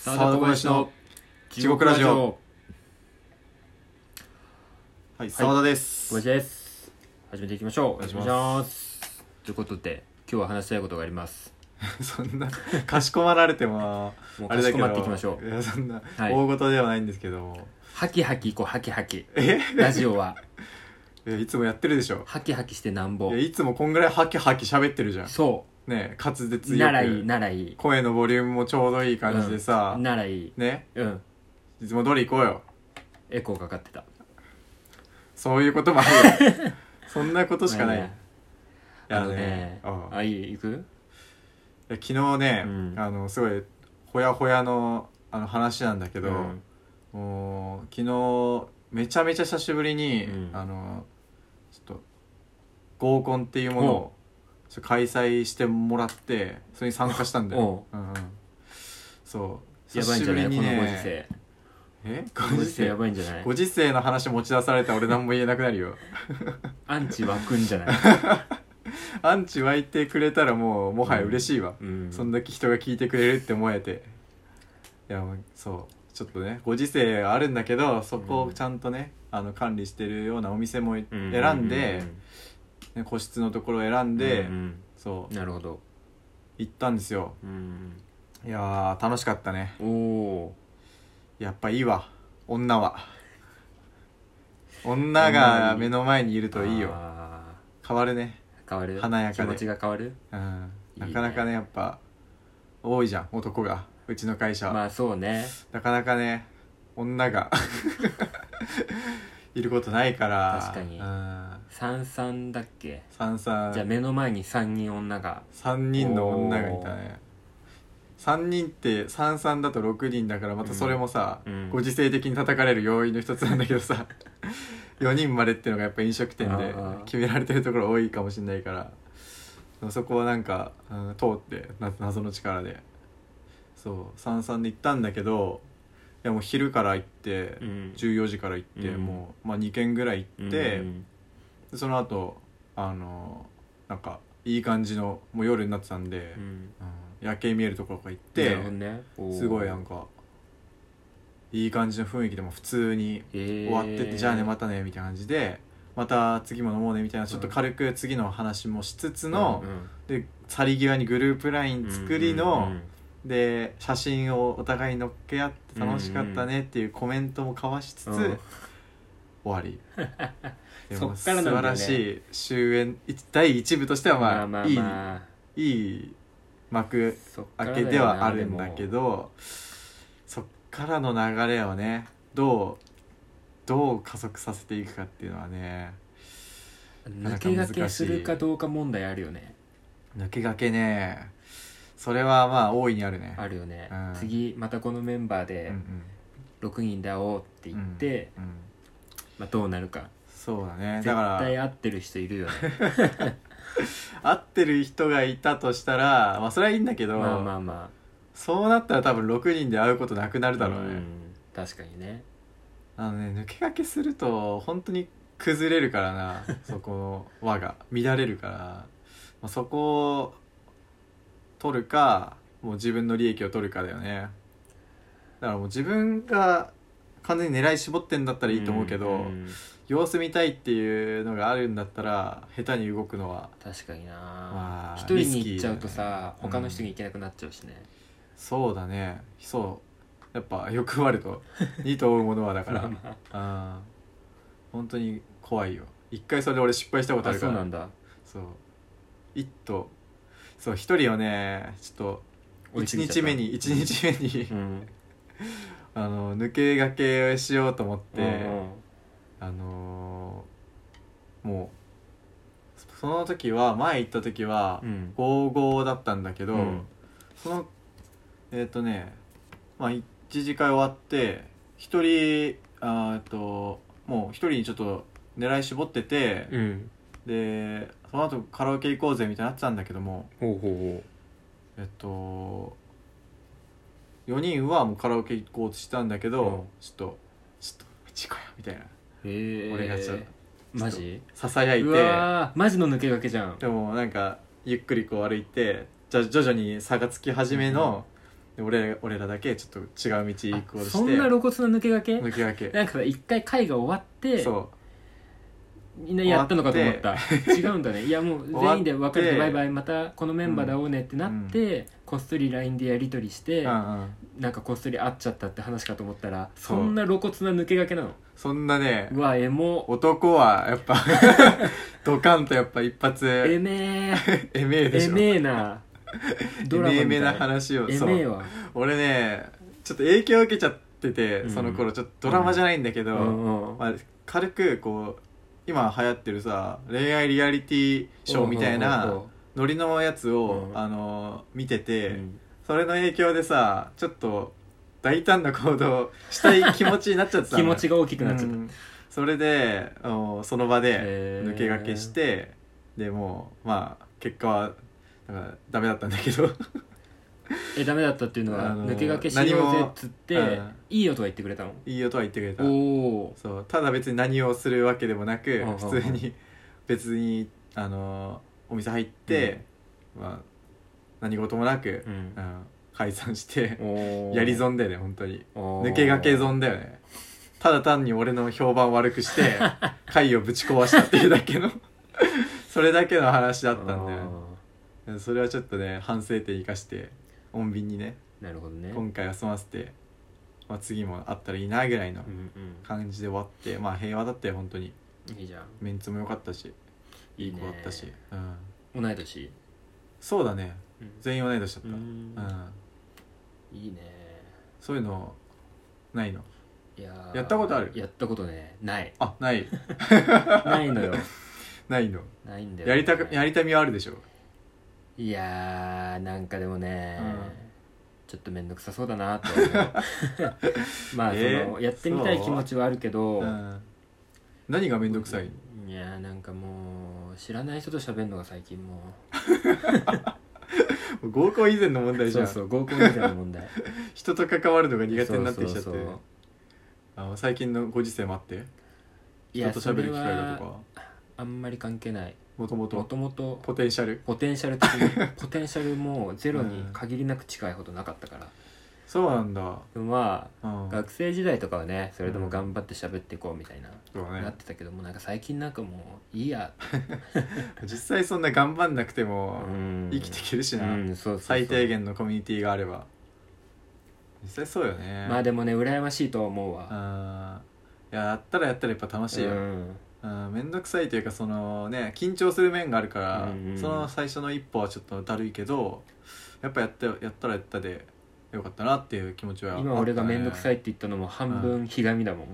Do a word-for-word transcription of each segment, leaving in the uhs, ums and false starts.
澤田小林の地獄ラジオ。はい、澤田です。 小林です。始めていきましょう。 お願いします。 ということで今日は話したいことがあります。 そんなかしこまられてももうあれだけど、 かしこまっていきましょう。 いやそんなはい大事ではないんですけど、 ハキハキいこう。ハキハキえラジオはいやいつもやってるでしょ。 ハキハキしてなんぼ。 いやいつもこんぐらいハキハキ喋ってるじゃんそね。滑舌うよならいいくならいい声のボリュームもちょうどいい感じでさ、 うん、ならいいね、 うんいつも通り行こうよ。 エコーかかってた。 そういうこともあるよそんなことしかない。いあやのねああいい行く。 いや昨日ね、 うん、 あのすごいほやほやのあの話なんだけど、 うん、 もう昨日めちゃめちゃ久しぶりに、 うん、 あのちょっと合コンっていうものをちょっと開催してもらってそれに参加したんだよ、うんうん、そうやばいんじゃない、 久しぶりにね、 このご時世。 えこのご時世やばいんじゃない。 ご時世の話持ち出されたら俺何も言えなくなるよアンチ湧くんじゃないアンチ湧いてくれたらもうもはや嬉しいわ、 うん、 そんだけ人が聞いてくれるって思えて。いやそうちょっとねご時世あるんだけどそこをちゃんとね、うん、あの管理してるようなお店も選んで、ね、個室のところを選んで、うんうん、そうなるほど行ったんですよ、うん、いやー楽しかったね。おおやっぱいいわ女は女が目の前にいるといいよ。変わるね。 変わる。 華やかで気持ちが変わる、 うん、なかなかねやっぱ多いじゃん男がうちの会社。 まあそうね、 なかなかね女がいることないから。 確かに、うん、三三だっけ。 三三じゃあ目の前に三人女が三人の女がいたね。三人って三三だと六人だからまたそれもさ、うん、ご時世的に叩かれる要因の一つなんだけどさよにんまでっていうのがやっぱ飲食店で決められてるところ多いかもしれないからそこはなんか、うん、通って謎の力でそう三三で行ったんだけど、いやもう昼から行って、うん、じゅうよじから行って、うん、もう、まあ、にけんぐらい行って、うん、でその後あのなんかいい感じのもう夜になってたんで、うんうん、夜景見えるところから行って、ね、すごいなんかいい感じの雰囲気でも普通に終わってて、えー、じゃあねまたねみたいな感じでまた次も飲もうねみたいなちょっと軽く次の話もしつつの、うんうん、で去り際にグループライン作りの、うんうんうん、で写真をお互い乗っけ合って楽しかったねっていうコメントも交わしつつ、うんうん、終わりでも素晴らしい終焉だいいち部としてはまあ、まあまあまあ、いいいい幕開けではあるんだけどそっからの流れをねどうどう加速させていくかっていうのはね抜け駆けするかどうか問題あるよね。 抜け駆けねそれはまあ大いにあるね。 あるよね、うん、次またこのメンバーでろくにんで会おうって言って、うんうんまあ、どうなるか。 そうだね。だから絶対会ってる人いるよね会ってる人がいたとしたらまあそれはいいんだけど、 まあまあまあそうなったら多分ろくにんで会うことなくなるだろうね。うん確かにね。 あのね抜け駆けすると本当に崩れるからなそこの輪が乱れるから、まあ、そこを取るかもう自分の利益を取るかだよね。だからもう自分が完全に狙い絞ってんだったらいいと思うけど、うんうん、様子見たいっていうのがあるんだったら下手に動くのは確かにな、 まあ、 一人に行っちゃうとさ、ね、他の人に行けなくなっちゃうしね、うん、 そうだね。そうやっぱ欲張るとにと追うものはだからあ本当に怖いよ。一回それで俺失敗したことあるから。 あそうなんだ。 そう一頭そう一人をねちょっといちにちめにいちにちめに、うん、あの抜け駆けしようと思って、うんうん、あのー、もうその時は前行った時はごじゅうごだったんだけど、うん、そのえっ、ー、とねまあ一次会終わって一人あっともう一人にちょっと狙い絞ってて、うん、でその後カラオケ行こうぜみたいになってたんだけどもほうほうほうえっとよにんはもうカラオケ行こうとしたんだけど、うん、ちょっとちょっとうち来いよみたいな、へ俺がちょっとマジささやいて、うわマジの抜け駆けじゃん。 でもなんかゆっくりこう歩いてじゃ徐々に差がつき始めの、 で 俺, 俺らだけちょっと違う道行こうとして、 そんな露骨な抜け駆け抜け駆けなんかさ一回会が終わってそうみんなやったのかと思った違うんだね。いやもう全員で別れてバイバイまたこのメンバーで会おうねってなって、うん、こっそり ライン でやり取りして、うんうん、なんかこっそり会っちゃったって話かと思ったらそんな露骨な抜け駆けなの。 そんなね、 うわエモ。 男はやっぱドカンとやっぱ一発エメーエメーでしょ。 エメーなドラマみたいエメーな話を。 エメーは俺ねちょっと影響を受けちゃってて、うん、その頃ちょっとドラマじゃないんだけど、うんうんまあ、軽くこう今流行ってるさ恋愛リアリティショーみたいなノリのやつを、うん、あの見てて、うん、それの影響でさちょっと大胆な行動したい気持ちになっちゃってたんだ気持ちが大きくなっちゃった、うん、 それでその場で抜け駆けして、でもうまあ結果はなんかダメだったんだけどえダメだったっていうのは、あのー、抜け駆けしようぜっつって、うん、いい音は言ってくれたの。 いい音は言ってくれた。 おそうただ別に何をするわけでもなく普通に別にあのー、お店入って、うんまあ、何事もなく、うんうん、解散してやり損だよね本当に。抜け駆け損だよね。ただ単に俺の評判悪くして会をぶち壊したっていうだけのそれだけの話だったんだよ。それはちょっとね反省点生かして穏便にね、 なるほどね今回は済ませて、まあ、次もあったらいいなぐらいの感じで終わって、うんうん、まあ平和だったよ本当に。 いいじゃん。 メンツも良かったしいい子だったし、 うん、同い年。 そうだね、うん、全員同い年だった。うん、うん、 いいね。 そういうのないの？ いややったことある？ やったことねない。 あないないのよないの。 ないんだよ、ね、 やりたやりたみはあるでしょ。 いやーなんかでもね、うん、ちょっと面倒くさそうだなと思うまあ、えー、そのやってみたい気持ちはあるけど、うん、 何が面倒くさい？ いやなんかもう知らない人と喋るのが最近もう合コン以前の問題じゃん。 そうそう合コン以前の問題人と関わるのが苦手になってきちゃって。そうそうそう、あの最近のご時世もあって人と喋る機会がとかあんまり関係ない。 もともともともとポテンシャルポテンシャル的にポテンシャルもゼロに限りなく近いほどなかったから、うん、 そうなんだ。 まあ、うん、学生時代とかはねそれでも頑張って喋っていこうみたいな、うん、なってたけども、なんか最近なんかもういいや実際そんな頑張んなくても生きていけるしな、うん、そうそうそう最低限のコミュニティがあれば実際そうよね。 まあでもね羨ましいと思うわ。 あいややったらやったらやっぱ楽しいよ、うんめんどくさいというかそのね緊張する面があるから、うんうん、その最初の一歩はちょっとだるいけどやっぱやったやったらやったでよかったなっていう気持ちはあった、ね、 今俺がめんどくさいって言ったのも半分ひがみだもん、うん、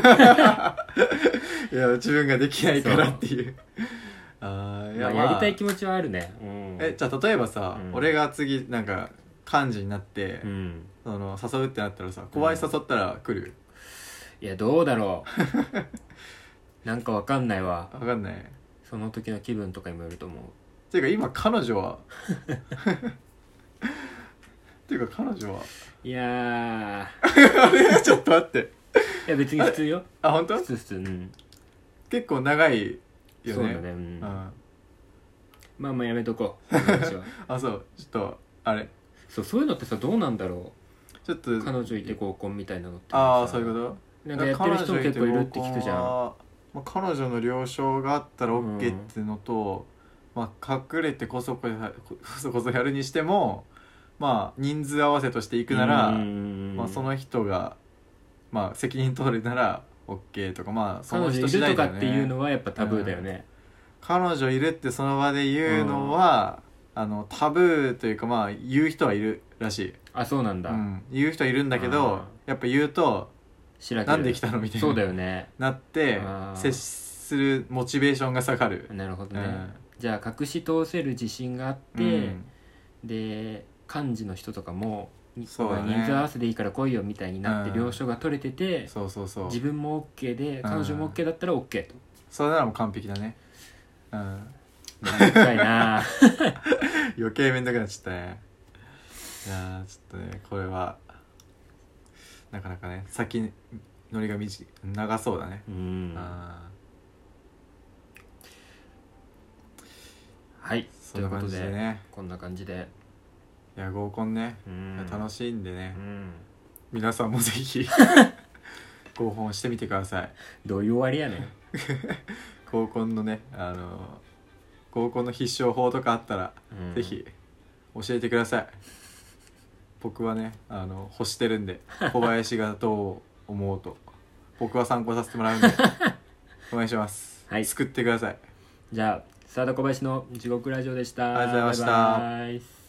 いや自分ができないからっていうあいや、まあ、やりたい気持ちはあるね、うん、 えじゃあ例えばさ、うん、俺が次なんか幹事になって、うん、その誘うってなったらさ小林誘ったら来る？ いやどうだろうなんかわかんないわ。 わかんない。 その時の気分とかにもよると思う。 ていうか今彼女はていうか彼女はいやあれちょっと待っていや別に普通よ。 あ本当？ 普通普通、うん、 結構長いよね。 そうだね、うんうん、まあまあやめとこうあそうちょっとあれそうそういうのってさどうなんだろう。ちょっと彼女いて合コンみたいなのってああそういうこと。 なんかやってる人も結構いるって聞くじゃん。 まあ、彼女の了承があったら OK っていうのと、うんまあ、隠れてこそこそこそやるにしても、まあ、人数合わせとしていくなら、まあ、その人が、まあ、責任取るなら OK とか、まあ、その人次第だよね。 彼女いるとかっていうのはやっぱタブーだよね、 うん、彼女いるってその場で言うのは、うん、あのタブーというか、まあ、言う人はいるらしい。 あそうなんだ、 うん、言う人はいるんだけどやっぱ言うとなんで来たのみたいなそうだよねなって接するモチベーションが下がる。 なるほどね、うん、じゃあ隠し通せる自信があって、うん、で幹事の人とかもそうだ、ね、人数合わせでいいから来いよみたいになって了承が取れてて、 うん、そうそうそう自分も OK で彼女も OK だったら OK と、 それならもう完璧だね。うんめんどくさいな余計めんどくなっちゃったね。いやちょっとねこれはなかなかね先乗りが短長そうだね。うんあはいということで、ね、こんな感じでいや合コンね、 うん、 楽しいんでね、 うん、 皆さんもぜひ合コンしてみてください。 どういう終わりやねん合コンのねあの合コンの必勝法とかあったら、うん、ぜひ教えてください。僕はねあの欲してるんで、小林がどう思うと僕は参考させてもらうんでお願いします、はい、救ってください。 じゃあ澤田小林の地獄ラジオでした。 ありがとうございました。 バイバイ。